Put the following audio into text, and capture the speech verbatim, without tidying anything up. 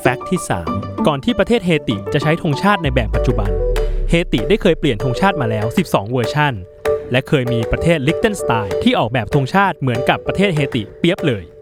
แฟกต์ที่สามก่อนที่ประเทศเฮติจะใช้ธงชาติในแบบปัจจุบันเฮติได้เคยเปลี่ยนธงชาติมาแล้วสิบสองเวอร์ชันและเคยมีประเทศลิกเทนสไตน์ที่ออกแบบธงชาติเหมือนกับประเทศเฮติเปียบเลย